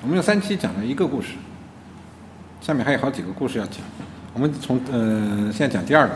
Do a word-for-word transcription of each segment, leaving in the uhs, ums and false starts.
我们有三期讲了一个故事，下面还有好几个故事要讲。我们从呃现在讲第二个，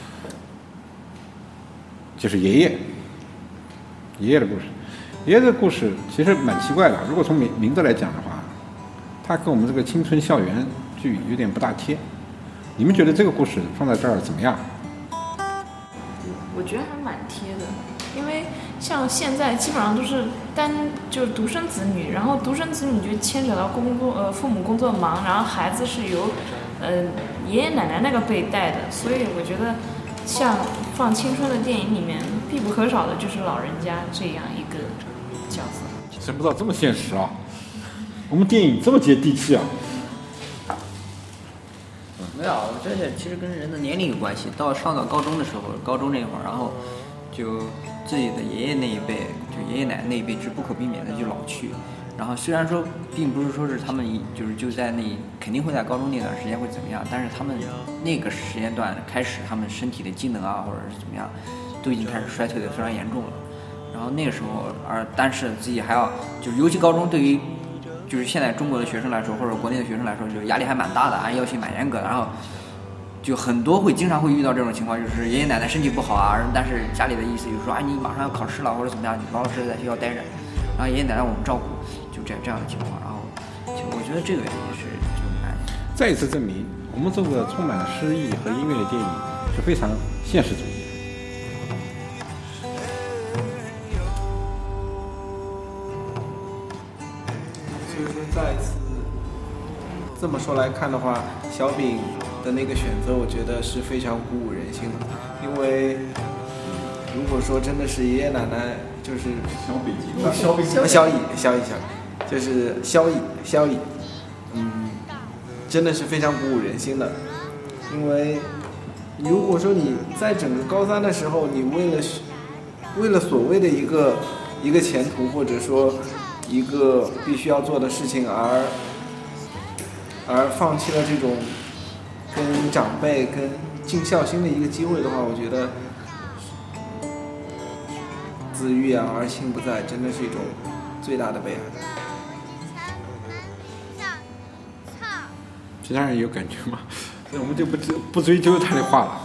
就是爷爷，爷爷的故事。爷爷的故事其实蛮奇怪的，如果从名名字来讲的话，它跟我们这个青春校园剧有点不大贴。你们觉得这个故事放在这儿怎么样？ 我觉得还蛮贴的，因为像现在基本上都是单就是独生子女，然后独生子女就牵扯到工作呃父母工作忙，然后孩子是由呃爷爷奶奶那个辈带的，所以我觉得像放青春的电影里面必不可少的就是老人家这样一个角色。 真不知道这么现实啊！我们电影这么接地气啊！ 没有，我觉得其实跟人的年龄有关系。到上到高中的时候，高中那会儿，然后就自己的爷爷那一辈，就爷爷奶奶那一辈是不可避免的就老去。然后虽然说并不是说是他们就是就在那肯定会在高中那段时间会怎么样，但是他们那个时间段开始，他们身体的机能啊或者是怎么样，都已经开始衰退的非常严重了。然后那个时候，而但是自己还要就是尤其高中对于就是现在中国的学生来说，或者国内的学生来说，就压力还蛮大的，啊，要求蛮严格的。然后就很多会经常会遇到这种情况，就是爷爷奶奶身体不好啊，但是家里的意思就是说，哎，你马上要考试了或者怎么样，你老老实实在学校待着，然后爷爷奶奶我们照顾，就这样这样的情况。然后就我觉得这个也是就蛮再一次证明，我们这个充满了诗意和音乐的电影是非常现实主义。 再一次这么说来看的话，小饼的那个选择，我觉得是非常鼓舞人心的。因为如果说真的是爷爷奶奶，就是小北京， 小饼，萧逸，萧逸，萧逸，就是萧逸，萧逸，嗯，真的是非常鼓舞人心的。因为如果说你在整个高三的时候，你为了为了所谓的一个一个前途，或者说一个必须要做的事情而而放弃了这种跟长辈跟尽孝心的一个机会的话，我觉得子欲养而亲不在，真的是一种最大的悲哀。 其他人有感觉吗？那我们就不不追究他的话了。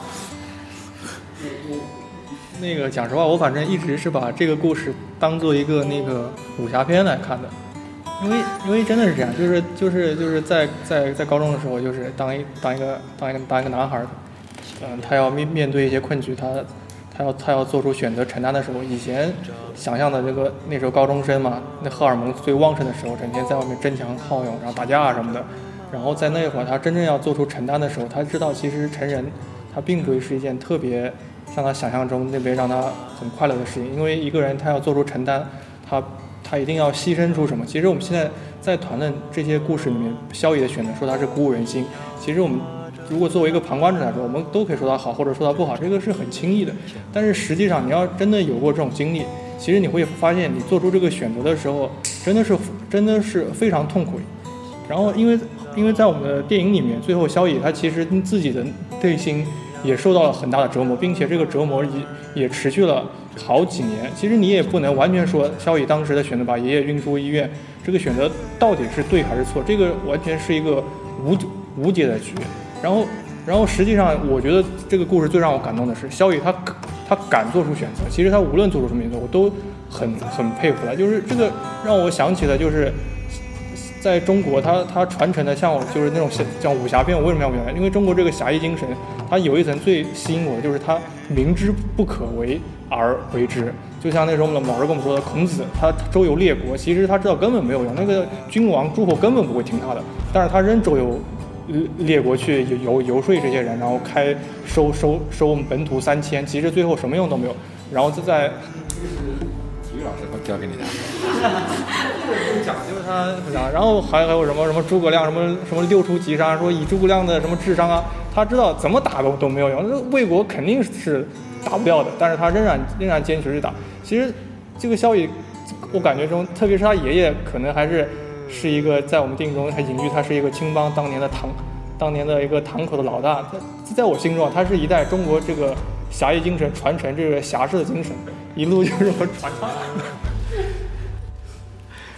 那个讲实话，我反正一直是把这个故事当做一个那个武侠片来看的，因为因为真的是这样，就是就是就是在在在高中的时候，就是当一当一个当一个当一个男孩，嗯，他要面面对一些困局，他他要他要做出选择承担的时候，以前想象的这个那时候高中生嘛，那荷尔蒙最旺盛的时候，整天在外面争强好勇，然后打架什么的，然后在那会儿他真正要做出承担的时候，他知道其实成人他并不是一件特别像他想象中那边让他很快乐的事情，因为一个人他要做出承担，他他一定要牺牲出什么。其实我们现在在谈论这些故事里面，萧逸的选择说他是鼓舞人心，其实我们如果作为一个旁观者来说，我们都可以说他好或者说他不好，这个是很轻易的。但是实际上你要真的有过这种经历，其实你会发现你做出这个选择的时候真的是真的是非常痛苦。然后因为因为在我们的电影里面，最后萧逸他其实自己的内心也受到了很大的折磨，并且这个折磨也也持续了好几年。其实你也不能完全说萧逸当时的选择把爷爷运出医院，这个选择到底是对还是错，这个完全是一个无无解的局。然后然后实际上我觉得这个故事最让我感动的是萧逸他他敢做出选择，其实他无论做出什么选择我都很很佩服他。就是这个让我想起了就是在中国他他传承的像我就是那种像武侠片，我为什么要武侠片？因为中国这个侠义精神，它有一层最吸引我的就是他明知不可为而为之。就像那种老师跟我们说的，孔子他周游列国，其实他知道根本没有用，那个君王诸侯根本不会听他的，但是他仍周游列国去游游说这些人，然后开收收收我们本土三千，其实最后什么用都没有。然后就在体育老师会教给你的。 讲究他讲，然后还还有什么什么诸葛亮什么什么六出击杀，说以诸葛亮的什么智商啊，他知道怎么打都都没有用，那魏国肯定是打不掉的，但是他仍然仍然坚持去打。其实这个萧逸，我感觉中，特别是他爷爷，可能还是是一个在我们电影中还隐喻他是一个青帮当年的堂，当年的一个堂口的老大。在我心中，他是一代中国这个侠义精神传承这个侠士的精神，一路就是我传下来。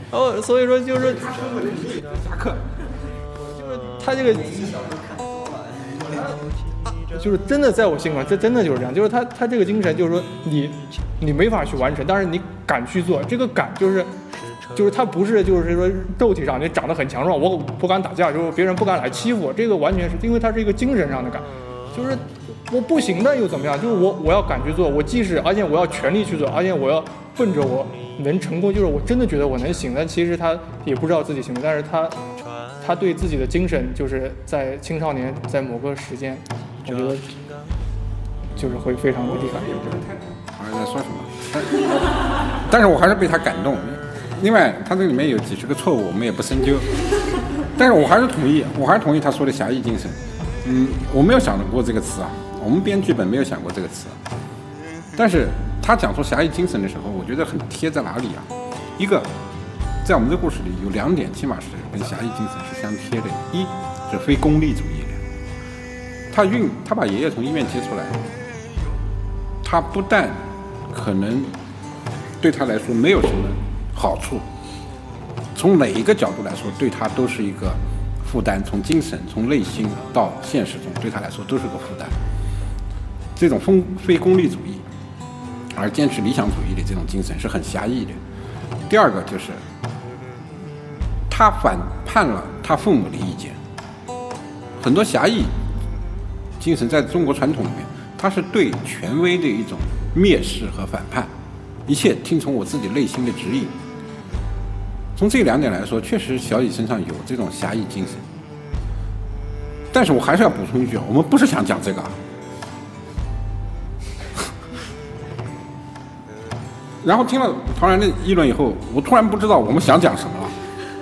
然后所以说就是夹克， 就是他这个。就是真的在我心里，这真的就是这样。就是他，他这个精神，就是说你，你没法去完成，但是你敢去做。这个敢，就是，就是他不是，就是说肉体上你长得很强壮，我不敢打架，就是别人不敢来欺负我。这个完全是因为他是一个精神上的敢，就是我不行的又怎么样？就是我我要敢去做，我即使而且我要全力去做，而且我要奔着我能成功，就是我真的觉得我能行。但其实他也不知道自己行，但是他他对自己的精神，就是在青少年在某个时间。我觉得就是会非常的厉害。 好像在说什么？但, 但是我还是被他感动。另外，他这里面有几十个错误，我们也不深究。但是我还是同意，我还是同意他说的侠义精神。嗯，我没有想过这个词啊，我们编剧本没有想过这个词。但是他讲出侠义精神的时候，我觉得很贴在哪里啊？一个，在我们这故事里有两点，起码是跟侠义精神是相贴的。一是非功利主义。他运，他把爷爷从医院接出来，他不但可能对他来说没有什么好处，从哪一个角度来说，对他都是一个负担，从精神、从内心到现实中，对他来说都是个负担。这种非非功利主义，而坚持理想主义的这种精神是很狭义的。第二个就是，他反叛了他父母的意见，很多狭义精神在中国传统里面，它是对权威的一种蔑视和反叛，一切听从我自己内心的指引。从这两点来说，确实小乙身上有这种侠义精神。但是我还是要补充一句，我们不是想讲这个。然后听了陶然的议论以后，我突然不知道我们想讲什么了。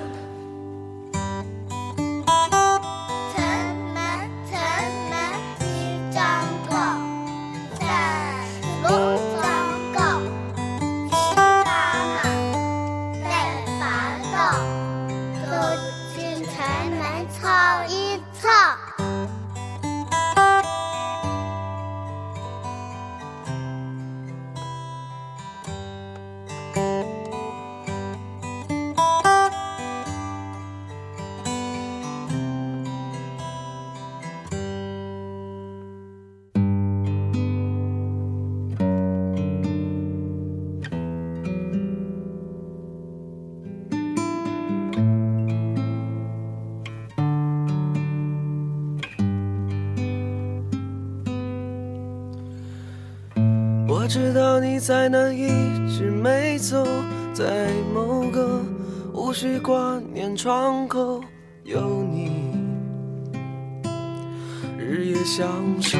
我知道你在那一直没走，在某个无需挂念窗口有你，日夜相守。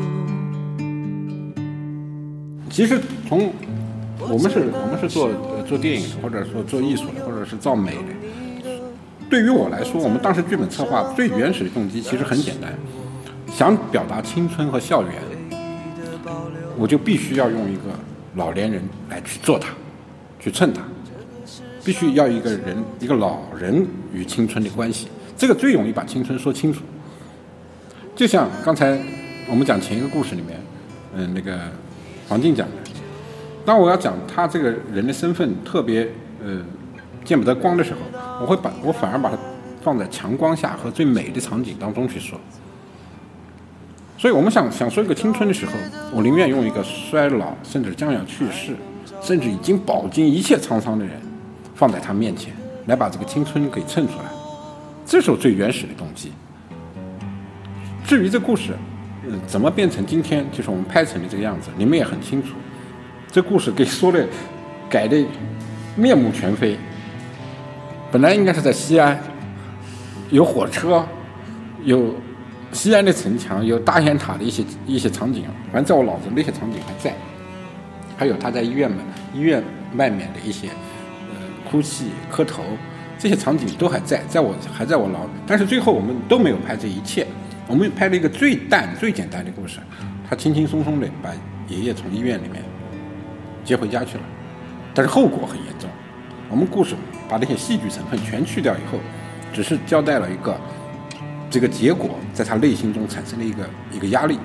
其实从我们是我们是做做电影的，或者说做艺术的，或者是造美的。对于我来说，我们当时剧本策划最原始的动机其实很简单，想表达青春和校园，我就必须要用一个老年人来去做它，去衬它，必须要一个人一个老人与青春的关系，这个最容易把青春说清楚。就像刚才我们讲前一个故事里面，嗯，那个黄静讲的，当我要讲他这个人的身份特别呃见不得光的时候，我会把我反而把它放在强光下和最美的场景当中去说。所以我们想想说一个青春的时候，我宁愿用一个衰老甚至将要去世甚至已经饱经一切沧桑的人放在他面前，来把这个青春给衬出来，这是我最原始的动机。至于这故事、呃、怎么变成今天就是我们拍成的这个样子，你们也很清楚，这故事给说的改的面目全非。本来应该是在西安，有火车，有西安的城墙，有大雁塔的一些一些场景，反正在我脑子那些场景还在，还有他在医院门医院外面的一些呃哭泣磕头，这些场景都还在，在我还在我脑里。但是最后我们都没有拍这一切，我们拍了一个最淡最简单的故事，他轻轻松松的把爷爷从医院里面接回家去了，但是后果很严重。我们故事把那些戏剧成分全去掉以后，只是交代了一个这个结果在他内心中产生的一个一个压力。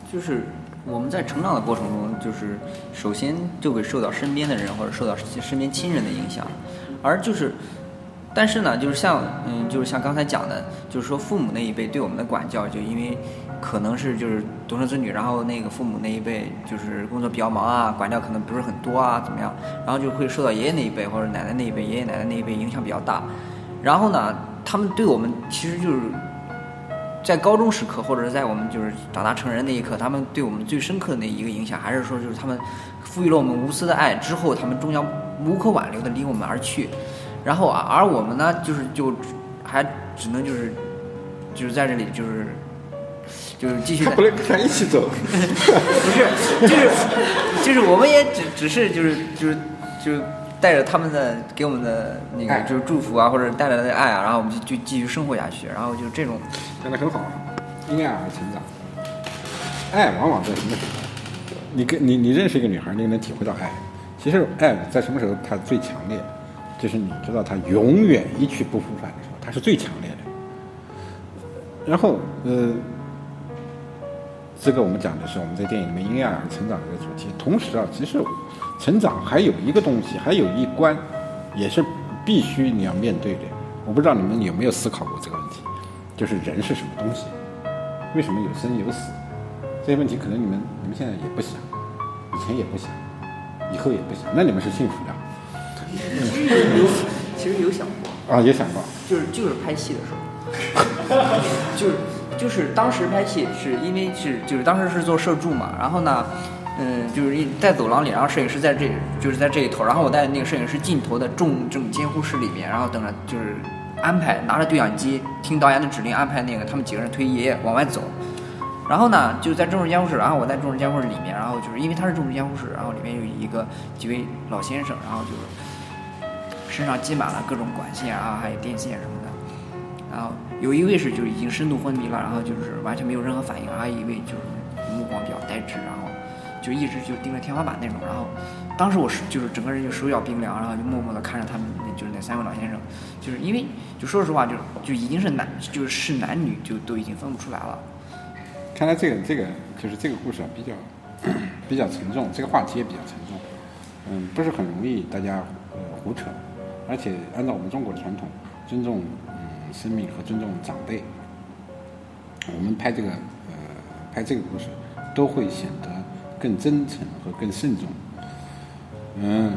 就是我们在成长的过程中，就是首先就会受到身边的人或者受到身边亲人的影响，而就是但是呢，就是像嗯，就是像刚才讲的，就是说父母那一辈对我们的管教，就因为可能是就是独生子女，然后那个父母那一辈就是工作比较忙啊，管教可能不是很多啊，怎么样，然后就会受到爷爷那一辈或者奶奶那一辈、爷爷奶奶那一辈影响比较大。然后呢，他们对我们其实就是在高中时刻，或者是在我们就是长大成人那一刻，他们对我们最深刻的那一个影响，还是说就是他们赋予了我们无私的爱之后，他们终将无可挽留的离我们而去。然后啊，而我们呢，就是就还只能就是就是在这里就是就是继续。 他不能跟他一起走。 不是，就是就是我们也只只是就是就是就是带着他们的给我们的那个就是祝福啊，或者带来的爱啊，然后我们就就继续生活下去。然后就这种讲得很好，因爱而成长。爱往往在什么时候？你跟你你认识一个女孩，你能体会到爱。其实爱在什么时候它最强烈？就是你知道他永远一去不复返的时候，他是最强烈的。然后，呃，这个我们讲的是我们在电影里面因爱而成长这个主题。同时啊，其实成长还有一个东西，还有一关，也是必须你要面对的。我不知道你们有没有思考过这个问题，就是人是什么东西？为什么有生有死？这些问题可能你们你们现在也不想，以前也不想，以后也不想。那你们是幸福的。 有，其实有想过啊，也想过， 就是就是拍戏的时候，就是就是当时拍戏是因为是就是当时是做摄助嘛，然后呢，嗯，就是在走廊里，然后摄影师在这就是在这一头，然后我在那个摄影师镜头的重这种监护室里面，然后等着就是安排拿着对讲机听导演的指令安排那个他们几个人推爷爷往外走。然后呢，就在重视监护室，然后我在重视监护室里面，然后就是因为他是重视监护室，然后里面有一个几位老先生，然后就是身上积满了各种管线啊，还有电线什么的。然后有一位是就是已经深度昏迷了，然后就是完全没有任何反应，还有一位就是目光比较呆滞，然后就一直就盯着天花板那种。然后当时我是就是整个人就手脚冰凉，然后就默默地看着他们，就是那三位老先生，就是因为就说实话就就已经是男就是是男女就都已经分不出来了。 看来这个这个就是这个故事啊，比较比较沉重，这个话题也比较沉重，嗯，不是很容易大家呃胡扯，而且按照我们中国的传统，尊重嗯生命和尊重长辈，我们拍这个呃拍这个故事都会显得更真诚和更慎重，嗯，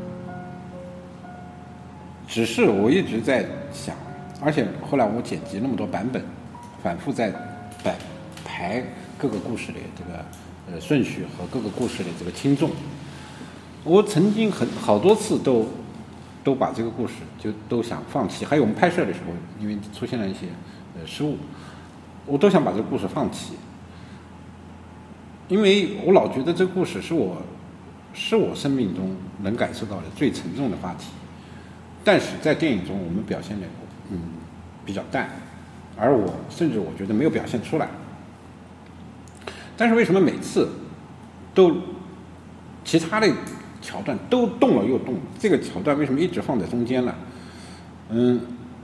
只是我一直在想，而且后来我剪辑那么多版本，反复在摆。排各个故事的这个呃顺序和各个故事的这个轻重，我曾经很好多次都都把这个故事就都想放弃，还有我们拍摄的时候，因为出现了一些呃失误，我都想把这个故事放弃，因为我老觉得这个故事是我是我生命中能感受到的最沉重的话题，但是在电影中我们表现的嗯比较淡，而我甚至我觉得没有表现出来。但是为什么每次都其他的桥段都动了又动，这个桥段为什么一直放在中间呢？嗯，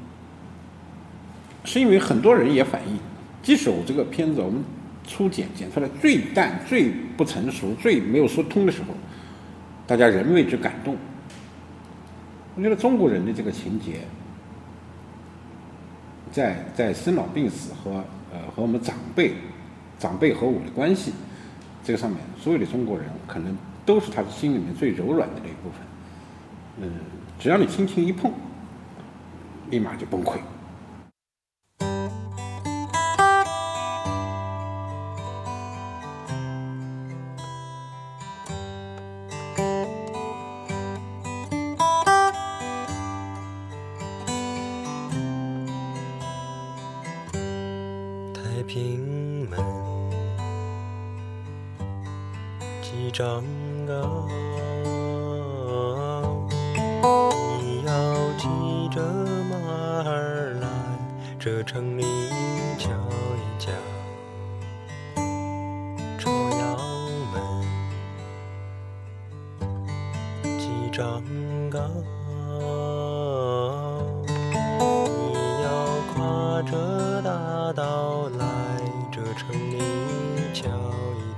是因为很多人也反映，即使我这个片子我们初剪剪出来最淡、最不成熟、最没有说通的时候，大家仍为之感动。我觉得中国人的这个情节，在在生老病死和呃和我们长辈。长辈和我的关系，这个上面，所有的中国人可能都是他心里面最柔软的那一部分。嗯，只要你轻轻一碰，立马就崩溃。 太平门。几丈高，你要骑着马儿来这城里瞧一瞧。朝阳门几丈高，你要跨着大道来这城里瞧一瞧。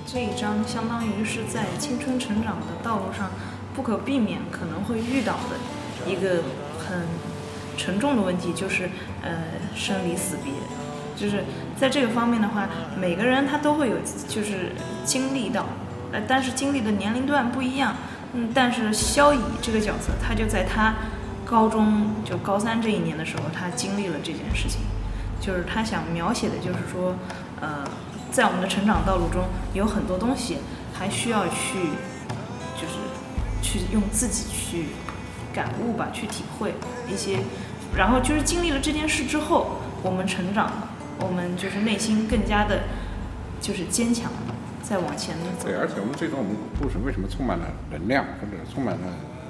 这一章相当于是在青春成长的道路上不可避免可能会遇到的一个很沉重的问题，就是呃生离死别。就是在这个方面的话，每个人他都会有就是经历到，呃，但是经历的年龄段不一样。嗯，但是萧乙这个角色，他就在他高中就高三这一年的时候，他经历了这件事情。就是他想描写的就是说，呃，在我们的成长道路中，有很多东西还需要去，就是去用自己去感悟吧，去体会一些，然后就是经历了这件事之后，我们成长了。我们就是内心更加的，就是坚强，再往前走。 对，而且我们最终我们故事为什么充满了能量，或者充满了？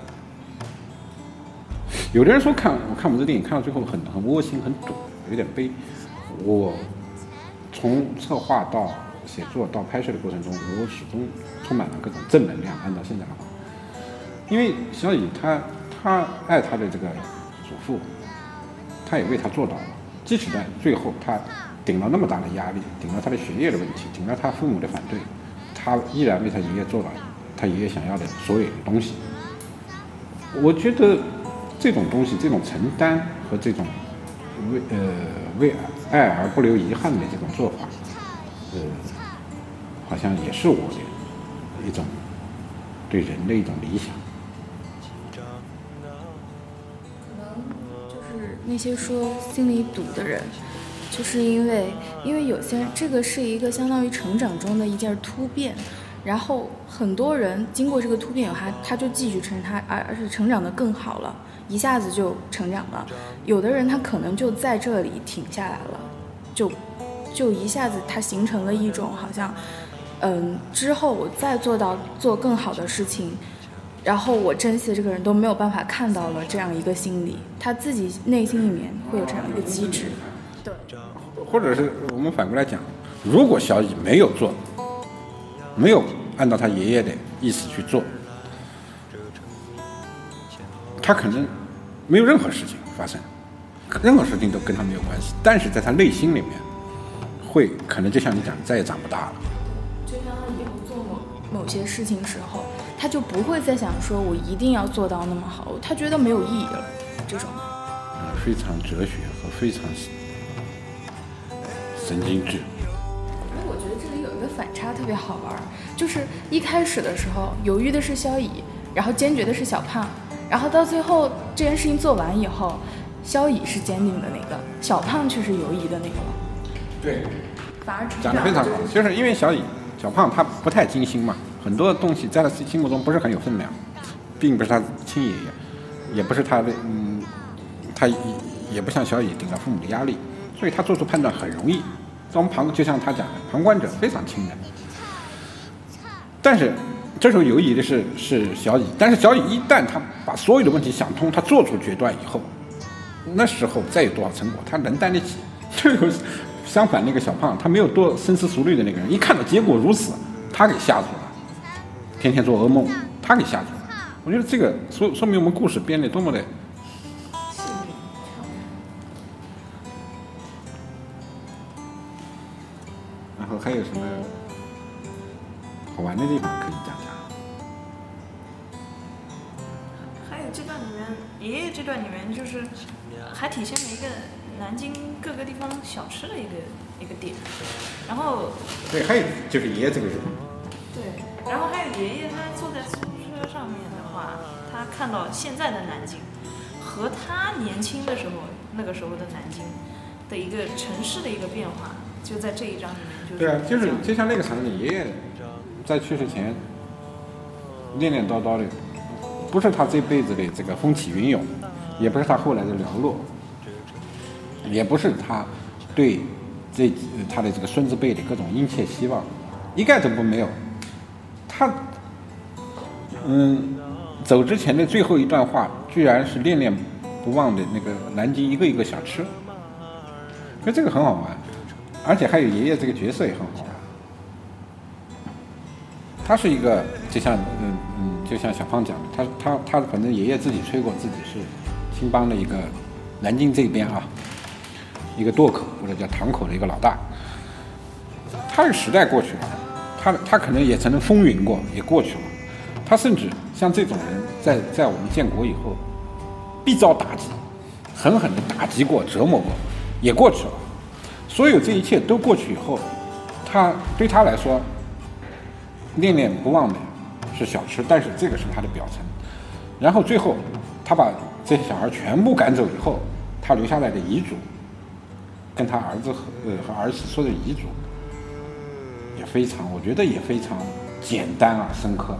有的人说看我看我们这电影看到最后很很窝心，很堵，有点悲。我从策划到写作到拍摄的过程中，我始终充满了各种正能量。按照现在的话，因为小乙他他爱他的这个祖父，他也为他做到了。即使在最后他顶了那么大的压力，顶了他的学业的问题，顶了他父母的反对，他依然为他爷爷做了他爷爷想要的所有的东西。我觉得这种东西，这种承担和这种为呃为爱而不留遗憾的这种做法，呃，好像也是我的一种对人的一种理想。 那些说心里堵的人，就是因为因为有些这个是一个相当于成长中的一件突变，然后很多人经过这个突变以后，他他就继续成他而而是成长得更好了，一下子就成长了。有的人他可能就在这里停下来了，就就一下子他形成了一种好像，嗯，之后我再做到做更好的事情。然后我珍惜的这个人都没有办法看到了这样一个心理，他自己内心里面会有这样一个机制。对， 或者是我们反过来讲，如果小乙没有做，没有按照他爷爷的意思去做，他可能没有任何事情发生，任何事情都跟他没有关系，但是在他内心里面，会可能就像你讲，再也长不大了。 就像他以后做某某些事情时候。他就不会再想说我一定要做到那么好，他觉得没有意义了。这种， 呃，非常哲学和非常神经质。 我觉得这里有一个反差特别好玩，就是一开始的时候犹豫的是萧乙，然后坚决的是小胖，然后到最后这件事情做完以后，萧乙是坚定的那个，小胖却是犹疑的那个了。 对， 反而讲得非常好，就是因为小乙小胖他不太精心嘛。很多东西在他心目中不是很有分量，并不是他亲爷爷，也不是他的，嗯，他也也不像小乙顶了父母的压力，所以他做出判断很容易。从旁就像他讲的，旁观者非常清的。但是这时候犹疑的是是小乙，但是小乙一旦他把所有的问题想通，他做出决断以后，那时候再有多少成果，他能担得起。这个相反，那个小胖他没有多深思熟虑的那个人，一看到结果如此，他给吓住了。天天做噩梦，他给吓住了。我觉得这个说说明我们故事编得多么的细腻。 然后还有什么好玩的地方可以讲讲？ 还有这段里面，爷爷这段里面就是还体现了一个南京各个地方小吃的一个一个点。然后对，还有就是爷爷这个人。 对。然后还有爷爷，他坐在出租车上面的话，他看到现在的南京和他年轻的时候那个时候的南京的一个城市的一个变化，就在这一章里面。就是对啊，就是就像那个场景，爷爷在去世前念念叨叨的，不是他这辈子的这个风起云涌，也不是他后来的寥落，也不是他对这他的这个孙子辈的各种殷切希望，一概都不没有。他，嗯，走之前的最后一段话，居然是恋恋不忘的那个南京一个一个小吃，所以这个很好玩，而且还有爷爷这个角色也很好玩。他是一个，就像嗯嗯，就像小胖讲的，他他他反正爷爷自己吹过自己是青帮的一个南京这边啊，一个垛口或者叫堂口的一个老大。他的时代过去了。 他他可能也曾经风云过，也过去了。他甚至像这种人在，在我们建国以后，必遭打击，狠狠地打击过、折磨过，也过去了。所有这一切都过去以后，他对他来说，念念不忘的是小吃，但是这个是他的表层。然后最后，他把这些小孩全部赶走以后，他留下来的遗嘱，跟他儿子和呃和儿媳说的遗嘱，也非常，我觉得也非常简单啊，深刻。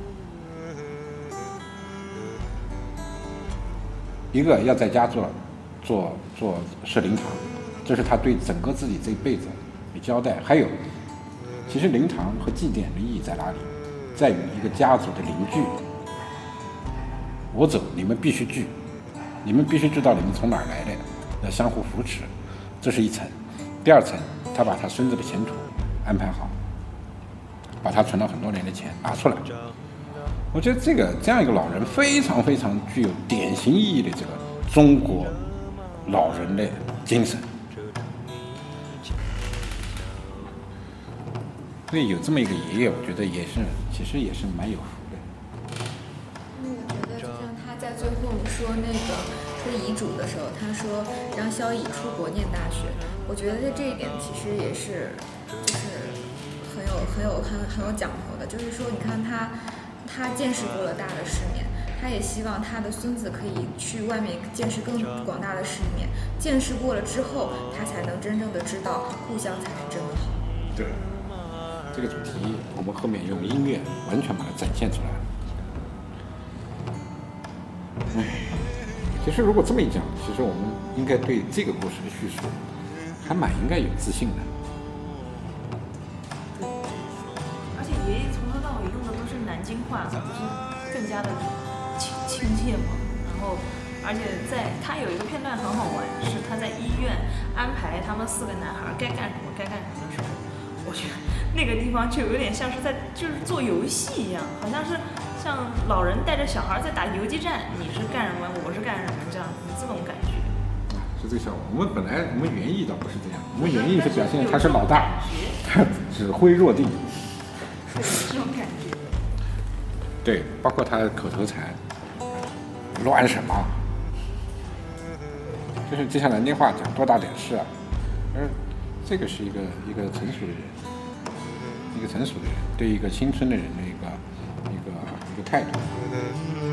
一个要在家做做做设灵堂，这是他对整个自己这一辈子的交代。还有，其实灵堂和祭奠的意义在哪里？在于一个家族的凝聚。我走，你们必须聚，你们必须知道你们从哪儿来的，要相互扶持，这是一层。第二层，他把他孙子的前途安排好，把他存了很多年的钱拿出来。我觉得这个这样一个老人非常非常具有典型意义的这个中国老人的精神。所以有这么一个爷爷，我觉得也是，其实也是蛮有福的。 嗯，我觉得就像他在最后说那个说遗嘱的时候，他说让萧绎出国念大学，我觉得这一点其实也是就是很有很有很很有讲头的，就是说你看他。他见识过了大的世面，他也希望他的孙子可以去外面见识更广大的世面。见识过了之后，他才能真正的知道故乡才是真的好。 对，这个主题我们后面用音乐完全把它展现出来。哎，其实如果这么一讲，其实我们应该对这个故事的叙述还蛮应该有自信的。 南京话不是更加的亲亲切吗？然后，而且在他有一个片段很好玩，是他在医院安排他们四个男孩该干什么该干什么的时候，我觉得那个地方就有点像是在就是做游戏一样，好像是像老人带着小孩在打游击战，你是干什么，我是干什么这样子这种感觉。 是这个效果。我们本来我们原意倒不是这样，我们原意是表现他是老大，他指挥若定， 是这种感觉。 对，包括他的口头禅，乱什么？就是就像南京话讲多大点事啊？而这个是一个一个成熟的人，一个成熟的人对一个青春的人的一个一个一个态度。